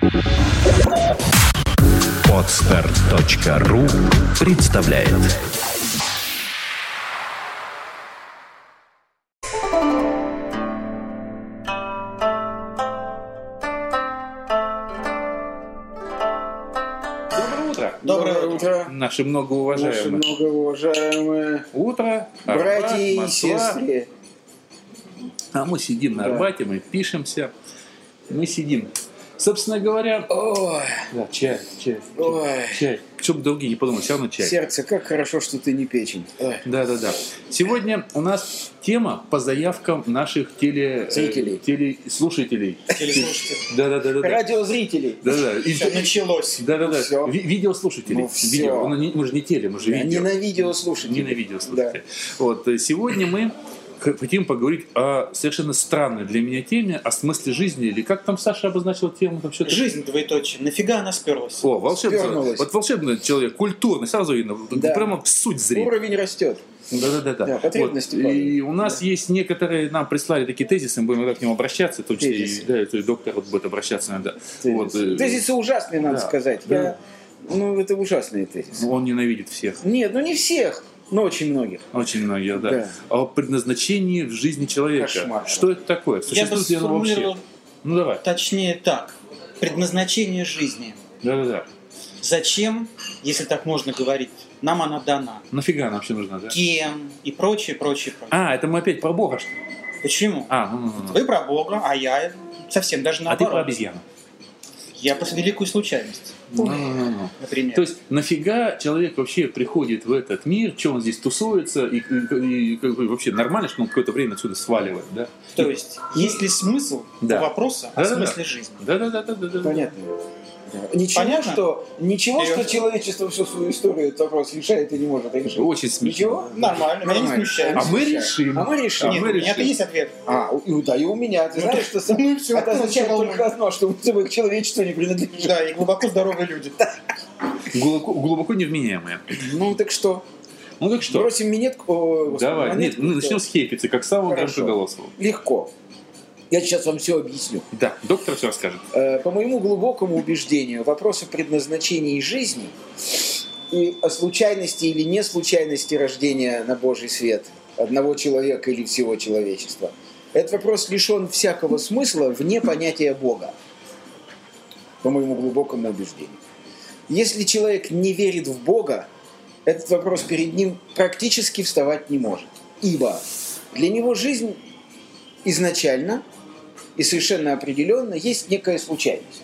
Podster.ru представляет. Доброе утро. Наши многоуважаемые утро, братья и Москва. сестры. А мы сидим на Арбате, мы пишемся. Мы сидим. Собственно говоря... Ой. Да, чай. Ой. Чай. Чтобы другие не подумали, все равно чай. Сердце, как хорошо, что ты не печень. Ой. Да. Сегодня у нас тема по заявкам наших Телеслушателей. Слушателей. Да. Радиозрителей. Да. Все началось. Да. Всё. Видеослушателей. Ну, всё. Мы же не теле, мы же видео. Не на видеослушателей. Да. Вот, сегодня мы хотим поговорить о совершенно странной для меня теме, о смысле жизни, или как там Саша обозначил тему? Вообще-то? Жизнь, двоеточие. Нафига она сперлась? О, волшебный. Спёрнулась. Вот волшебный человек, культурный, сразу видно, Да. прямо в суть зрит. Уровень растет. Да. Потребности Вот. И падают. у нас есть некоторые, нам прислали такие тезисы, мы будем к ним обращаться, в том числе и доктор вот будет обращаться иногда. Вот, Тезисы ужасные, надо да. сказать. Да. Это ужасные тезисы. Он ненавидит всех. Нет, не всех, но очень многих. Очень многие, да. Да. О предназначении в жизни человека. Кошмар. Что это такое? Я бы Существует ли оно вообще? сформулировал Ну давай. точнее так. Предназначение жизни. Да. Зачем, если так можно говорить, нам она дана? Нафига она вообще нужна, да? Кем? И прочее. А, это мы опять про Бога, что ли? Почему? Ну. Вы про Бога, а я совсем даже А наоборот. ты про обезьяну. Я про великую случайность. Ну. Например. То есть нафига человек вообще приходит в этот мир, что он здесь тусуется, и как бы вообще нормально, что он какое-то время отсюда сваливает, да? То есть, есть ли смысл Да. у вопроса о смысле жизни? Да. Понятно. Ничего, Понятно? что человечество всю свою историю этот вопрос решает и не может решить. Очень смешно. Ничего? Нормально, меня не смущает. А мы решим. А мы решим. Нет, у меня-то есть ответ. И у меня. Ты знаешь, что Ну и всё, это означает всё только одно, что мы к человечеству не принадлежим. Да, и глубоко здоровые люди. Глубоко невменяемые. Так что? Ну так что? Бросим монетку. Давай. монетку, Нет, мы начнем с хейпицы, как самого Хорошо. громкоголосого. Легко. Я сейчас вам все объясню. Да, доктор все расскажет. По моему глубокому убеждению, вопрос о предназначении жизни и о случайности или не случайности рождения на Божий свет одного человека или всего человечества, этот вопрос лишен всякого смысла вне понятия Бога. По моему глубокому убеждению. Если человек не верит в Бога, этот вопрос перед ним практически вставать не может. Ибо для него жизнь изначально и совершенно определенно есть некая случайность.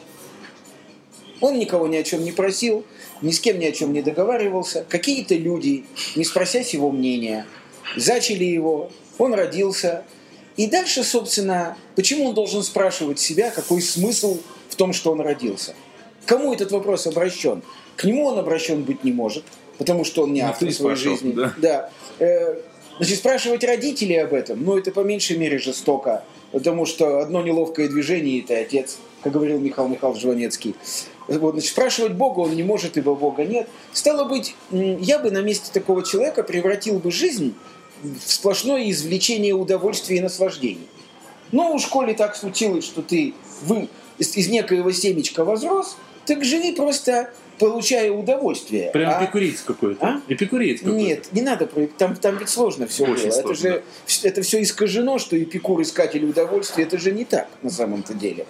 Он никого ни о чем не просил, ни с кем ни о чем не договаривался. Какие-то люди, не спросясь его мнения, зачали его, он родился. И дальше, собственно, почему он должен спрашивать себя, какой смысл в том, что он родился? К кому этот вопрос обращен? К нему он обращен быть не может, потому что он не автор своей жизни. Да. Значит, спрашивать родителей об этом, это по меньшей мере жестоко, потому что одно неловкое движение, и ты отец, как говорил Михаил Михайлович Жванецкий. Значит, спрашивать Бога он не может, ибо Бога нет. Стало быть, я бы на месте такого человека превратил бы жизнь в сплошное извлечение удовольствия и наслаждений. В школе так случилось, что ты из некоего семечка возрос, так живи просто, получая удовольствие. Прям эпикуреец какой-то. Эпикуреец какой-то. Нет, не надо. Там ведь сложно все было. Сложно. Это все искажено, что Эпикур искатель удовольствия. Это же не так на самом-то деле.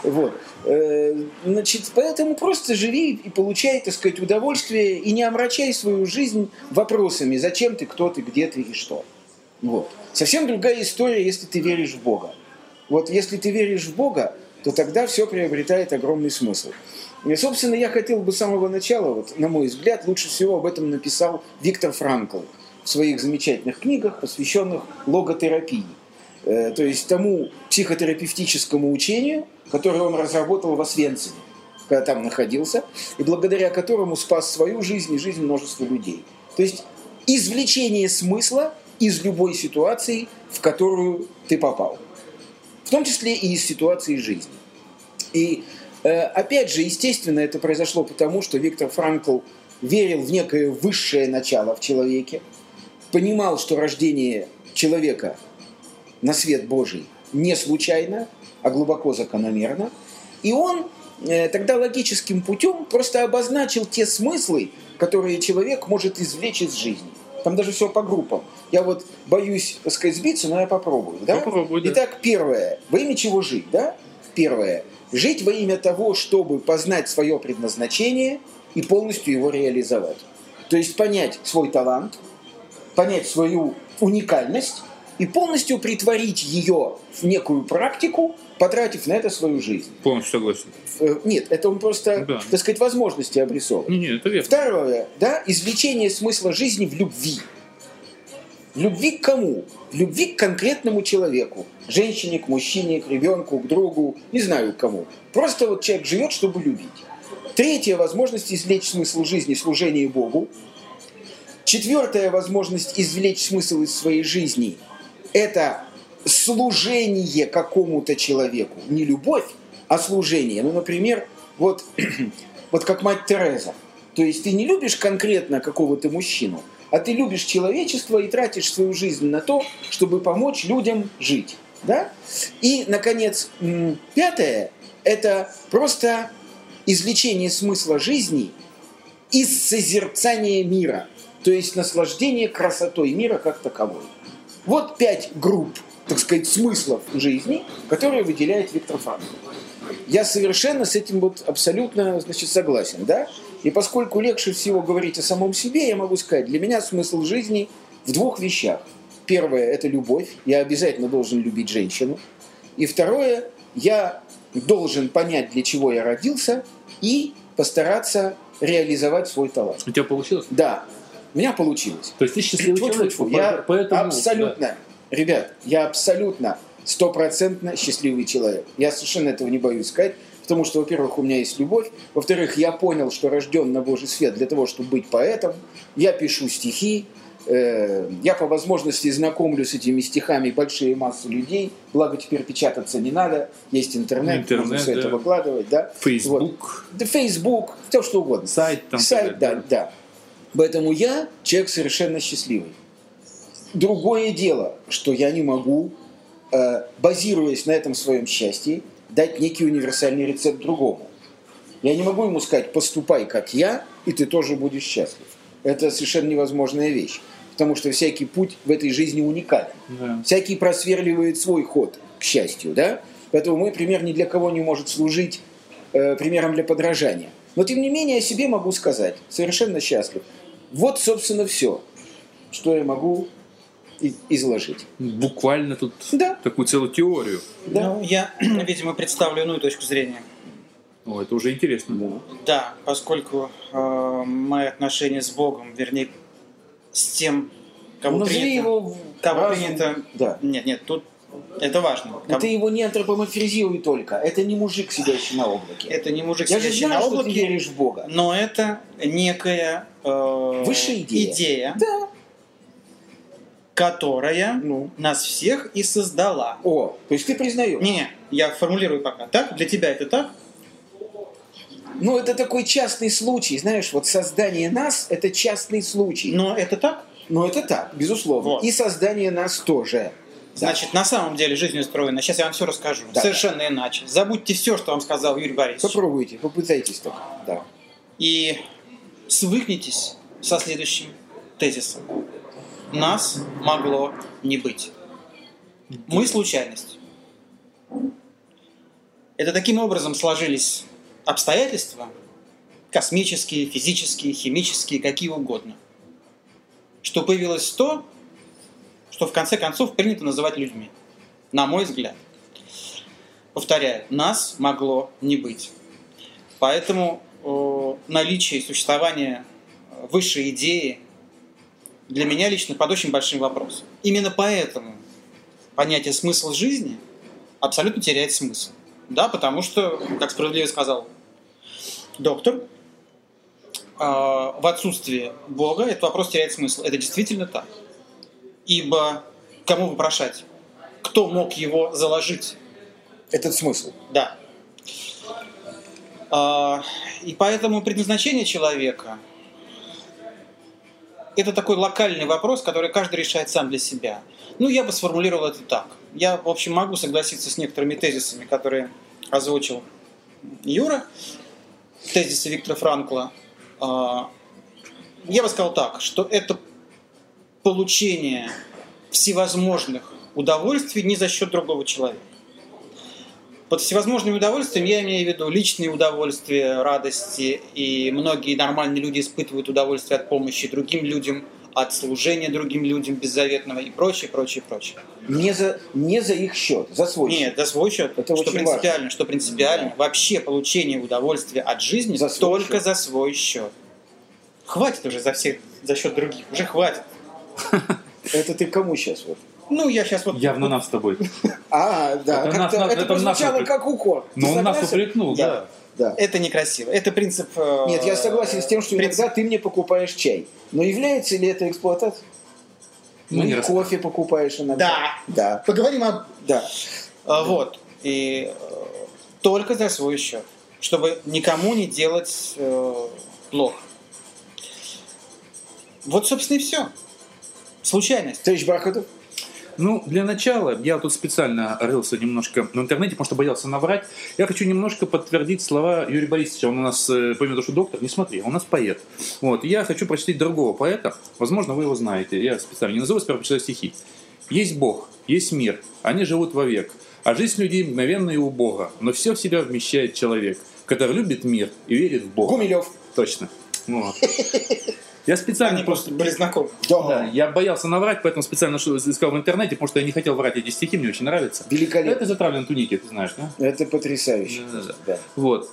Значит, поэтому просто живи и получай, так сказать, удовольствие и не омрачай свою жизнь вопросами, зачем ты, кто ты, где ты и что. Совсем другая история, если ты веришь в Бога. Если ты веришь в Бога, то тогда все приобретает огромный смысл. И, собственно, я хотел бы с самого начала, на мой взгляд, лучше всего об этом написал Виктор Франкл в своих замечательных книгах, посвященных логотерапии. То есть тому психотерапевтическому учению, которое он разработал в Освенциме, когда там находился, и благодаря которому спас свою жизнь и жизнь множества людей. То есть извлечение смысла из любой ситуации, в которую ты попал. В том числе и из ситуации жизни. И опять же, естественно, это произошло потому, что Виктор Франкл верил в некое высшее начало в человеке, понимал, что рождение человека на свет Божий не случайно, а глубоко закономерно. И он тогда логическим путем просто обозначил те смыслы, которые человек может извлечь из жизни. Там даже все по группам. Я вот боюсь, так сказать, сбиться, но я попробую. Да? Попробуй, да. Итак, первое. Во имя чего жить? Да? Первое. Жить во имя того, чтобы познать свое предназначение и полностью его реализовать. То есть понять свой талант, понять свою уникальность и полностью притворить ее в некую практику, потратив на это свою жизнь. Полностью согласен. Нет, это он просто, Да. так сказать, возможности обрисовывает. Не, это верно. Второе, да, извлечение смысла жизни в любви. В любви к кому? В любви к конкретному человеку. Женщине, к мужчине, к ребенку, к другу, не знаю к кому. Просто вот человек живет, чтобы любить. Третья возможность извлечь смысл жизни – служение Богу. Четвертая возможность извлечь смысл из своей жизни – это служение какому-то человеку. Не любовь, а служение. Ну, например, вот как мать Тереза. То есть ты не любишь конкретно какого-то мужчину, а ты любишь человечество и тратишь свою жизнь на то, чтобы помочь людям жить. Да? И, наконец, пятое – это просто извлечение смысла жизни из созерцания мира, то есть наслаждение красотой мира как таковой. Вот 5 групп, так сказать, смыслов жизни, которые выделяет Виктор Франкл. Я совершенно с этим вот абсолютно, значит, согласен, да? И поскольку легче всего говорить о самом себе, я могу сказать, для меня смысл жизни в 2 вещах. Первое – это любовь, я обязательно должен любить женщину. И второе – я должен понять, для чего я родился, и постараться реализовать свой талант. У тебя получилось? Да, у меня получилось. То есть ты счастливый человек, Я поэтому... абсолютно, ребят, я абсолютно 100% счастливый человек. Я совершенно этого не боюсь сказать, потому что, во-первых, у меня есть любовь, во-вторых, я понял, что рожден на Божий свет для того, чтобы быть поэтом, я пишу стихи, я по возможности знакомлю с этими стихами большие массы людей, благо теперь печататься не надо, есть интернет можно все это выкладывать, да. Facebook. Вот. Да, Facebook, все что угодно. Сайт там. Сайт, да. Поэтому я человек совершенно счастливый. Другое дело, что я не могу, базируясь на этом своем счастье, дать некий универсальный рецепт другому. Я не могу ему сказать, поступай как я, и ты тоже будешь счастлив. Это совершенно невозможная вещь. Потому что всякий путь в этой жизни уникален. Да. Всякий просверливает свой ход, к счастью. Да? Поэтому мой пример ни для кого не может служить примером для подражания. Но тем не менее о себе могу сказать. Совершенно счастлив. Вот, собственно, все, что я могу изложить. Буквально тут Да. такую целую теорию. Да. Ну, я, видимо, представлю иную точку зрения. О, это уже интересно. Да. Да, поскольку мои отношения с Богом, вернее, с тем, кого Назови принято... его Кого разум. принято... Да. Нет, тут это важно. Но ты его не антропоморфизируй только. Это не мужик, сидящий на облаке. Это не мужик, Я же сидящий знаю, на что ты облаке, веришь в Бога. но это некая Высшая идея. Да. которая Ну. нас всех и создала. О, то есть ты признаешь. Не, я формулирую пока. Так? Для тебя это так? Ну, это такой частный случай. Знаешь, вот создание нас – это частный случай. Но это так? Но это так, безусловно. Вот. И создание нас тоже. Значит, на самом деле жизнь устроена. Сейчас я вам все расскажу. Да. Совершенно иначе. Забудьте все, что вам сказал Юрий Борисович. Попробуйте, попытайтесь так. Да. И свыкнитесь со следующим тезисом. Нас могло не быть. Мы случайность. Это таким образом сложились обстоятельства, космические, физические, химические, какие угодно, что появилось то, что в конце концов принято называть людьми. На мой взгляд. Повторяю, нас могло не быть. Поэтому наличие и существование высшей идеи для меня лично под очень большим вопросом. Именно поэтому понятие «смысл жизни» абсолютно теряет смысл. Да, потому что, как справедливо сказал доктор, в отсутствии Бога этот вопрос теряет смысл. Это действительно так. Ибо кому вопрошать? Кто мог его заложить? Этот смысл. Да. И поэтому предназначение человека – это такой локальный вопрос, который каждый решает сам для себя. Ну, я бы сформулировал это так. Я, в общем, могу согласиться с некоторыми тезисами, которые озвучил Юра, тезисы Виктора Франкла, я бы сказал так, что это получение всевозможных удовольствий не за счет другого человека. Под всевозможными удовольствиями я имею в виду личные удовольствия, радости, и многие нормальные люди испытывают удовольствие от помощи другим людям, от служения другим людям беззаветного и прочее, прочее, прочее. Не за их счет, за свой счет. Нет, за свой счет. Это что очень принципиально, важно. что принципиально. Вообще получение удовольствия от жизни За свой только счет. за свой счет. Хватит уже за счет других. Уже хватит. Это ты кому сейчас вот? Ну, я сейчас вот... Явно нам с тобой. Да, Это как-то нас- это это нас прозвучало упрек- как укор. Ты Но он нас согласен? упрекнул, да. Да. Это некрасиво. Это принцип... Нет, я согласен с тем, что принцип- иногда ты мне покупаешь чай. Но является ли это эксплуатацией? Ну, не И раз- кофе покупаешь иногда. Да. Поговорим об... Да. Вот. И только за свой счет. Чтобы никому не делать плохо. Вот, собственно, и все. Случайность. Товарищ Бархатов? Ну, для начала, я тут специально рылся немножко в интернете, потому что боялся наврать. Я хочу немножко подтвердить слова Юрия Борисовича. Он у нас, помимо того, что доктор, не смотри, он у нас поэт. Вот. Я хочу прочитать другого поэта. Возможно, вы его знаете. Я специально не назову, сперва прочитаю стихи. «Есть Бог, есть мир, они живут вовек, а жизнь людей мгновенна и убога, но все в себя вмещает человек, который любит мир и верит в Бога». Гумилев. Точно. Вот. Я специально Они просто были знакомы. Да, я боялся наврать, поэтому специально искал в интернете, потому что я не хотел врать эти стихи, мне очень нравятся. Великолепно. Это «Затравлен туники», ты знаешь, да? Это потрясающе. Да-да-да. Да. Вот.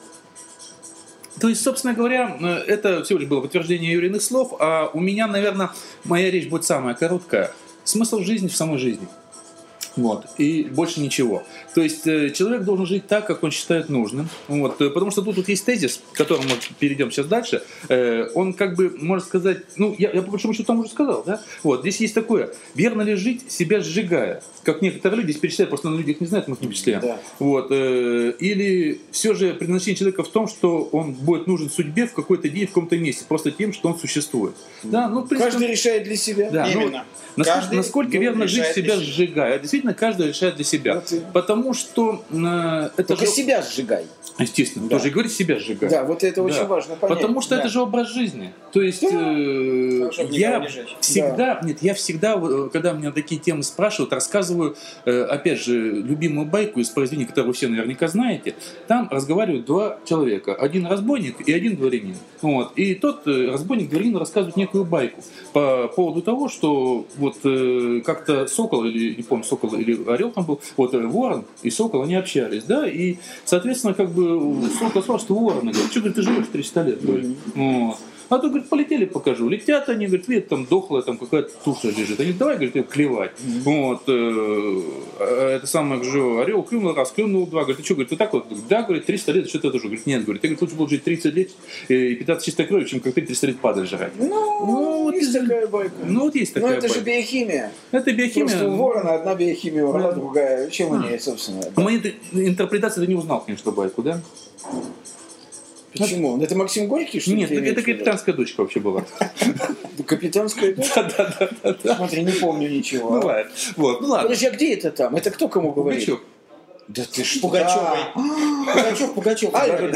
То есть, собственно говоря, это всего лишь было подтверждение Юриных слов, а у меня, наверное, моя речь будет самая короткая. Смысл жизни в самой жизни. Вот. И больше ничего. То есть человек должен жить так, как он считает нужным. Вот. Потому что тут есть тезис, к которому мы перейдем сейчас дальше. Он как бы, можно сказать, ну, я по большому счету там уже сказал, да? Вот. Здесь есть такое. Верно ли жить, себя сжигая? Как некоторые люди здесь перечисляют, просто на людях не знают, мы их не перечисляем. Да. Вот. Или все же предназначение человека в том, что он будет нужен судьбе в какой-то день, в каком-то месте, просто тем, что он существует. Да? Ну, в принципе, Каждый решает для себя. да, ну, Именно. насколько, насколько верно жить, решает себя для себя. сжигая. Действительно, каждый решает для себя. Вот и- Потому что это Только же... себя сжигай. Естественно, Да. тоже и говорит себя сжигать. Да, вот это очень Да. важно понять. Потому что Да. это же образ жизни. То есть Чтобы никого я не жечь. всегда, нет, я всегда, когда меня такие темы спрашивают, рассказываю, опять же, любимую байку из произведения, которое вы все наверняка знаете. Там разговаривают два человека. Один разбойник и один дворянин. Вот. И тот разбойник дворянину рассказывает некую байку по поводу того, что вот как-то сокол, или не помню, сокол или орел там был, вот ворон и сокол, они общались, да, и, соответственно, как бы сокол сказал, что ворон, говорит, что, говорит, ты живешь 300 лет, говорит. Вот. А то, говорит, полетели, покажу. Летят они, говорит, видят, там дохлая там какая-то туша лежит. Они, давай, говорит, ее клевать. Вот. Это самое, говорю, орел клюнул раз, клюнул два. Говорит, ты что, говорит, ты так вот? Да, говорит, 300 лет, что ты тоже? Говорит, нет, говорит, ты, говорит, лучше было жить 30 лет и питаться чистой кровью, чем как ты 300 лет падать жрать. Ну, вот есть из- такая байка. Ну, вот есть Но такая это же байка. биохимия. Это биохимия. Просто у ворона одна биохимия, у орла Да. другая. Чем они, собственно? По моей интерпретации ты не узнал, конечно, байку, да? Почему? Это Максим Горький, что ли? Нет, ты имеешь это в виду? капитанская дочка вообще была. Капитанская дочь? Да-да-да. Смотри, не помню ничего. Бывает. Вот, ну ладно. Подожди, а где это там? Это кто кому говорит? Пугачев. Да ты что? Пугачевой. Пугачев.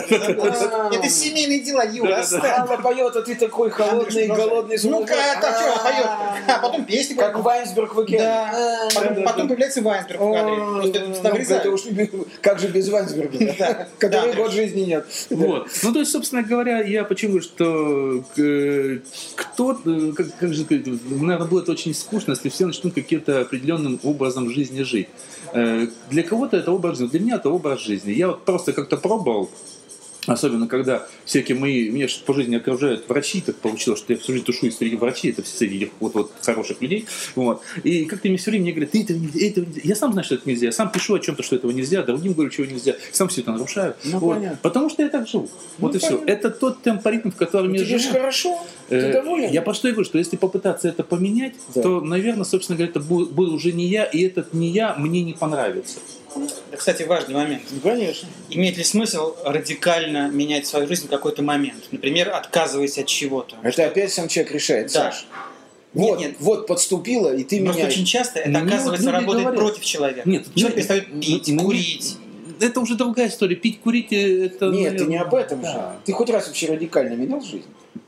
Это семейные дела, Юра, оставь. Алла поет, а ты такой холодный, голодный. Ну-ка, это что, поет? А потом песни Как поет. Вайнсберг в океане. Да. Потом появляется Вайнсберг в кадре. Просто это Ну, вырезают. это уж как же без Вайнсберга, Да. который Да. год жизни нет. Вот. Ну, то есть, собственно говоря, я почему говорю, что кто, как же сказать, наверное, будет очень скучно, если все начнут каким-то определенным образом жизни жить. Для кого-то это образ жизни, для меня это образ жизни. Я вот просто как-то пробовал, особенно когда всякие меня ж по жизни окружают врачи, так получилось, что я всю жизнь тушуюсь среди врачей, это среди этих вот хороших людей. Вот. И как-то мне все время говорят, ты этого нельзя. Я сам знаю, что это нельзя. Я сам пишу о чем-то, что этого нельзя, другим говорю, чего нельзя. Сам все это нарушаю. Ну, Вот. понятно. Потому что я так живу. Вот и все. понятно. Это тот темпоритм, в котором я Тебе же живу. хорошо. Ты доволен? Я по что и говорю, что если попытаться это поменять, Да. то, наверное, собственно говоря, это был уже не я, и этот не я мне не понравится. Это, кстати, важный момент. Ну, конечно. Имеет ли смысл радикально менять свою жизнь в какой-то момент? Например, отказываясь от чего-то. Это опять сам человек решает, Да. Саш. Вот, Нет. вот подступила, и ты Просто меняешь. очень часто это, Мне оказывается, вот люди работает говорят. против человека. Нет, Человек перестает пить, мне- курить. это уже другая история. Пить, курить, это... Нет, ты наверное, не об этом да. же. Ты хоть раз вообще радикально менял жизнь?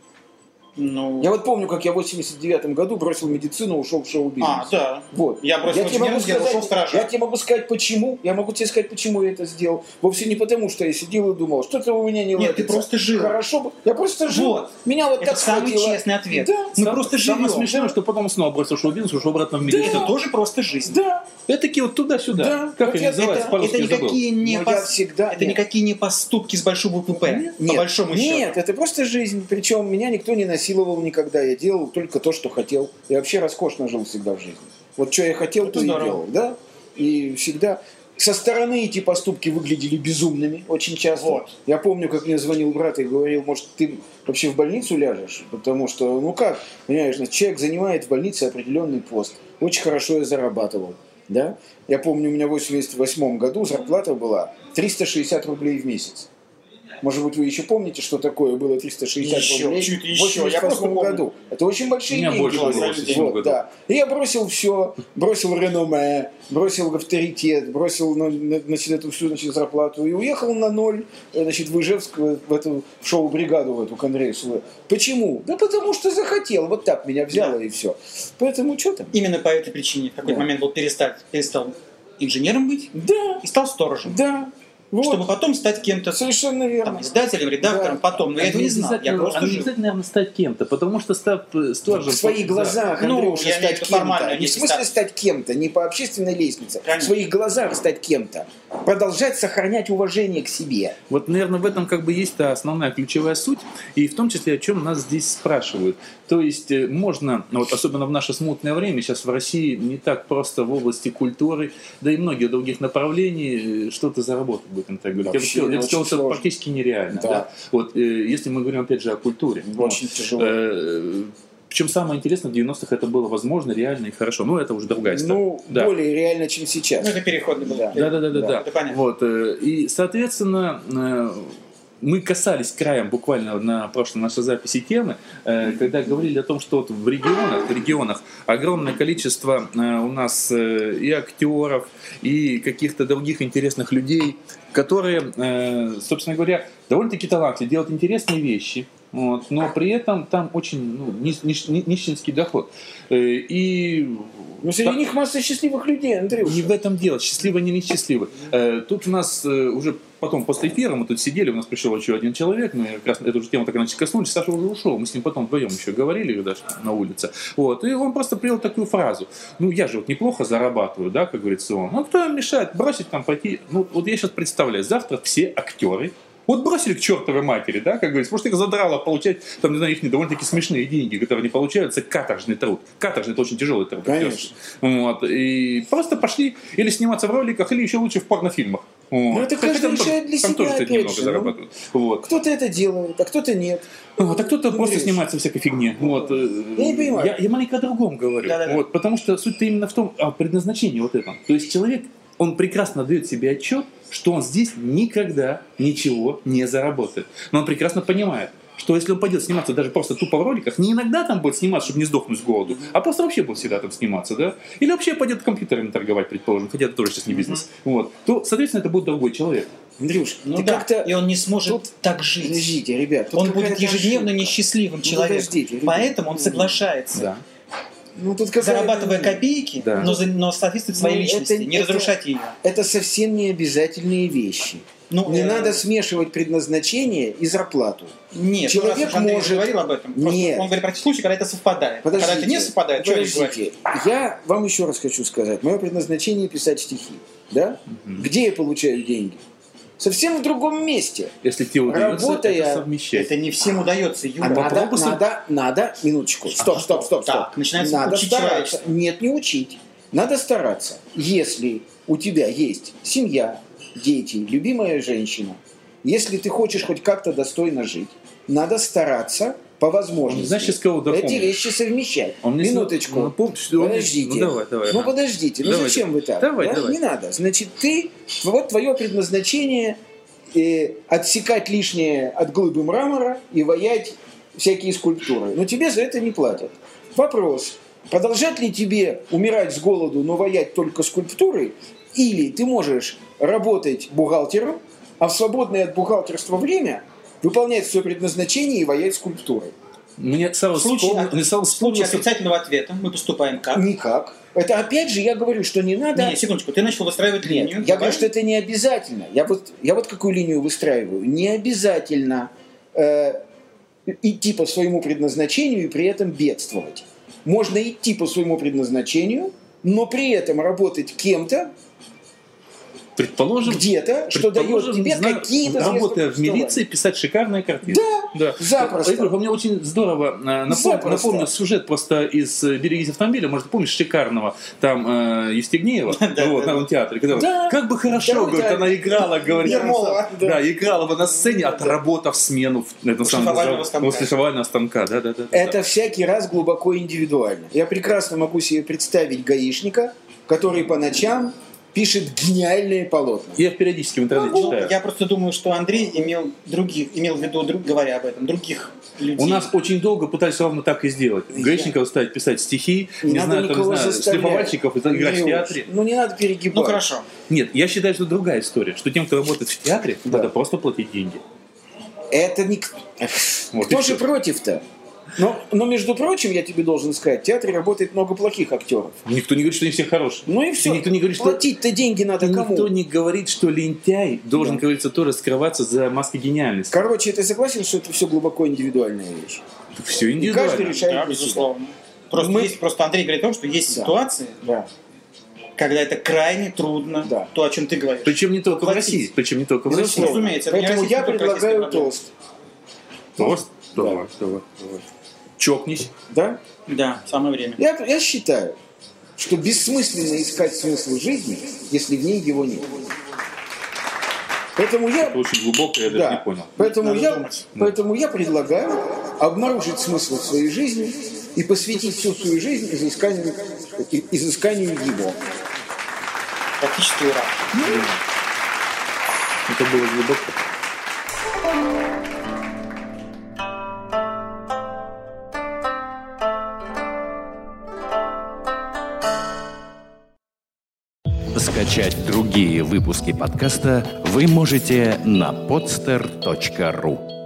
Ну, Я вот помню, как я в 89 году бросил медицину, ушел в шоу-бизнес. да. Вот. Я бросил тебе могу инженерный, ушел в стражу. Я тебе могу сказать, почему. Я могу тебе сказать, почему я это сделал. Вовсе не потому, что я сидел и думал, что-то у меня не Нет, ладится. ты просто жил. Хорошо бы. Я просто жил. Вот. Меня вот Это так самый схватило. честный ответ. Да. Мы просто Самое живем. смешное, что потом снова бросил шоу-бизнес, ушел обратно в медицину. Это тоже просто жизнь. Да. Это такие вот туда-сюда. Да. Как Вот они я- называются? это- По-русски Это я забыл. никакие не Но я всегда- это нет. никакие не поступки с большой буквы П, по Нет, большому счету. нет, это просто жизнь. Причем меня никто не насиловал никогда. Я делал только то, что хотел. Я вообще роскошно жил всегда в жизни. Вот что я хотел, Это то и здорово. делал. Да? И всегда... Со стороны эти поступки выглядели безумными очень часто. Вот. Я помню, как мне звонил брат и говорил, может, ты вообще в больницу ляжешь? Потому что, ну как, понимаешь, человек занимает в больнице определенный пост. Очень хорошо я зарабатывал. Да? Я помню, у меня в 88 году зарплата была 360 рублей в месяц. Может быть, вы еще помните, что такое было 360 Еще, рублей чуть в еще. Я 88 просто помню. году. Это очень большие У меня деньги. больше было в были. 87 Вот, году. да. И я бросил все, бросил реноме, бросил авторитет, бросил значит, эту всю зарплату и уехал на ноль, значит, в Ижевск, в шоу-бригаду, в эту к Андрею Сулу. Почему? Да потому что захотел. Вот так меня взяло и все. Поэтому что там? Именно по этой причине в какой-то Да. момент был перестал инженером быть Да, и стал сторожем. да. Вот. Чтобы потом стать кем-то, Совершенно верно. там, издателем, редактором, Да. потом. Но я этого не знал. Я просто не жил. обязательно, наверное, стать кем-то, потому что став сторожем... В своих глазах, Ну, Андрюша, я имею в стать виду кем-то. формально, Не не в смысле стать. стать кем-то, не по общественной лестнице. Конечно. В своих глазах стать кем-то. Продолжать сохранять уважение к себе. Вот, наверное, в этом как бы есть та основная ключевая суть, и в том числе, о чем нас здесь спрашивают. То есть можно, вот особенно в наше смутное время, сейчас в России не так просто в области культуры, да и многих других направлений что-то заработать, будем так говорить. Вообще Я бы очень сказал, это сложно. практически нереально. Да. Да? Вот, если мы говорим опять же о культуре. Очень тяжело. Причем самое интересное, в 90-х это было возможно, реально и хорошо. Но это уже другая история. Ну, Да. более реально, чем сейчас. Ну, это переходный был. Да. Да. Это понятно. Вот, и, соответственно, мы касались краем буквально на прошлой нашей записи темы, когда говорили о том, что вот в регионах огромное количество у нас и актеров, и каких-то других интересных людей, которые, собственно говоря, довольно-таки талантливы, делают интересные вещи. Вот, но при этом там очень нищенский доход. И Но среди них масса счастливых людей, Андрюша. не в этом дело, счастливы они или несчастливы. Тут у нас уже потом, после эфира, мы тут сидели, у нас пришел еще один человек, мы как раз эту же тему так иначе коснулись, Саша уже ушел, мы с ним потом вдвоем еще говорили даже на улице. Вот, и он просто привел такую фразу: ну, я же вот неплохо зарабатываю, да, как говорится он. Ну, кто им мешает бросить там, пойти? Ну, вот я сейчас представляю, завтра все актеры вот бросили к чертовой матери, да, как говорится, потому что их задрало получать, там, не знаю, их довольно-таки смешные деньги, которые не получаются, каторжный труд. Каторжный — это очень тяжелый труд. Конечно. Вот, и просто пошли или сниматься в роликах, или еще лучше в порнофильмах. Вот. Ну, это Хотя каждый там решает для там себя, тоже, кстати, опять немного же, зарабатывают. Вот. Кто-то это делает, а кто-то нет. Вот, а кто-то просто Андрюш. снимается всякой фигне. Вот. Я не понимаю. Я маленько о другом говорю. Да-да-да. Вот, потому что суть-то именно в том, предназначении вот этом. То есть человек, он прекрасно дает себе отчет, что он здесь никогда ничего не заработает. Но он прекрасно понимает, что если он пойдет сниматься даже просто тупо в роликах, не иногда там будет сниматься, чтобы не сдохнуть с голоду, а просто вообще будет всегда там сниматься, да? Или вообще пойдет компьютерами торговать, предположим, хотя это тоже сейчас не бизнес. Вот. То, соответственно, это будет другой человек. Андрюш, Ну ты да, как-то... и он не сможет Тут- так жить. Подождите, ребят. тут Он будет какая-то ежедневно ошибка. несчастливым Ну, человеком. подождите, ребят. Поэтому он соглашается, Да. Ну, тут какая-то- зарабатывая копейки, Да. но соответствует своей Ну, личности, это- не это- разрушать ее. Это совсем не обязательные вещи. Ну, Не надо смешивать предназначение и зарплату. Нет, Человек ну, раз уж Андрей может- говорил об этом. Просто Нет. Он говорит про те случаи, когда это совпадает. Подождите, Когда это не совпадает, что они говорят? подождите. Я вам еще раз хочу сказать. Мое предназначение писать стихи. Да? Где я получаю деньги? Совсем в другом месте. Если тебе удается Работая- это совмещать. Это не всем удается, Юра. Надо, минуточку. Стоп. Так, начинается Надо учить стараться. человечество. Нет, не учить. Надо стараться. Если у тебя есть семья, дети, любимая женщина, если ты хочешь хоть как-то достойно жить, надо стараться по возможности Знаешь, из кого эти дополнить? вещи совмещать. Он мне Минуточку. напомнил, что он- Подождите. Ну, давай. Ну ага. подождите, ну Давай, зачем вы так? давай, Да? давай. Не надо. Значит, вот твое предназначение отсекать лишнее от глыбы мрамора и ваять всякие скульптуры. Но тебе за это не платят. Вопрос. Продолжать ли тебе умирать с голоду, но ваять только скульптурой, Или ты можешь работать бухгалтером, а в свободное от бухгалтерства время выполнять свое предназначение и воять скульптурой. Мне сразу В случае вспомнился... отрицательного ответа мы поступаем как? Никак. Это опять же я говорю, что не надо... Не, секундочку, ты начал выстраивать линию. Нет, я говорю, что это не обязательно. Я вот какую линию выстраиваю. Не обязательно идти по своему предназначению и при этом бедствовать. Можно идти по своему предназначению, но при этом работать кем-то, Предположим, где-то, что дает тебе какие-то... работая в милиции, писать шикарные картины. Да, запросто. Игорь, мне очень здорово напомнил сюжет просто из «Берегись автомобиля», может, помнишь, шикарного, там Евстигнеева, в Народном театре, как бы хорошо, говорит, она играла, говорит, играла бы на сцене, отработав смену после шлифовального станка. Это всякий раз глубоко индивидуально. Я прекрасно могу себе представить гаишника, который по ночам пишет гениальные полотна. Я периодически в интернете читаю. Я просто думаю, что Андрей имел в виду, говоря об этом, других людей. У нас очень долго пытались ровно так и сделать. Гаишников заставить писать стихи, не знаю, шлифовальщиков играть в театре. Ну не надо перегибать. Ну хорошо. Нет, я считаю, что другая история, что тем, кто работает в театре, надо просто платить деньги. Это не... Кто же против-то? Но, между прочим, я тебе должен сказать, в театре работает много плохих актеров. Никто не говорит, что они все хорошие. Ну и все. Никто не говорит, что... Платить-то деньги надо кому? Никто не говорит, что лентяй должен, как говорится, тоже скрываться за маской гениальности. Короче, ты согласен, что это все глубоко индивидуальная вещь? Все индивидуально. И каждый решает да, безусловно. Просто Андрей говорит о том, что есть ситуации, когда это крайне трудно, то, о чем ты говоришь. Причем не только в России. Разумеется. Поэтому я предлагаю тост. Тост? Давай. Чокнись. Да? Да, самое время. Я считаю, что бессмысленно искать смысл жизни, если в ней его нет. Поэтому я... Это очень глубоко, я даже не понял. Поэтому я предлагаю обнаружить смысл в своей жизни и посвятить всю свою жизнь изысканию его. Практически ура. Это было глубоко. Скачать другие выпуски подкаста вы можете на podster.ru.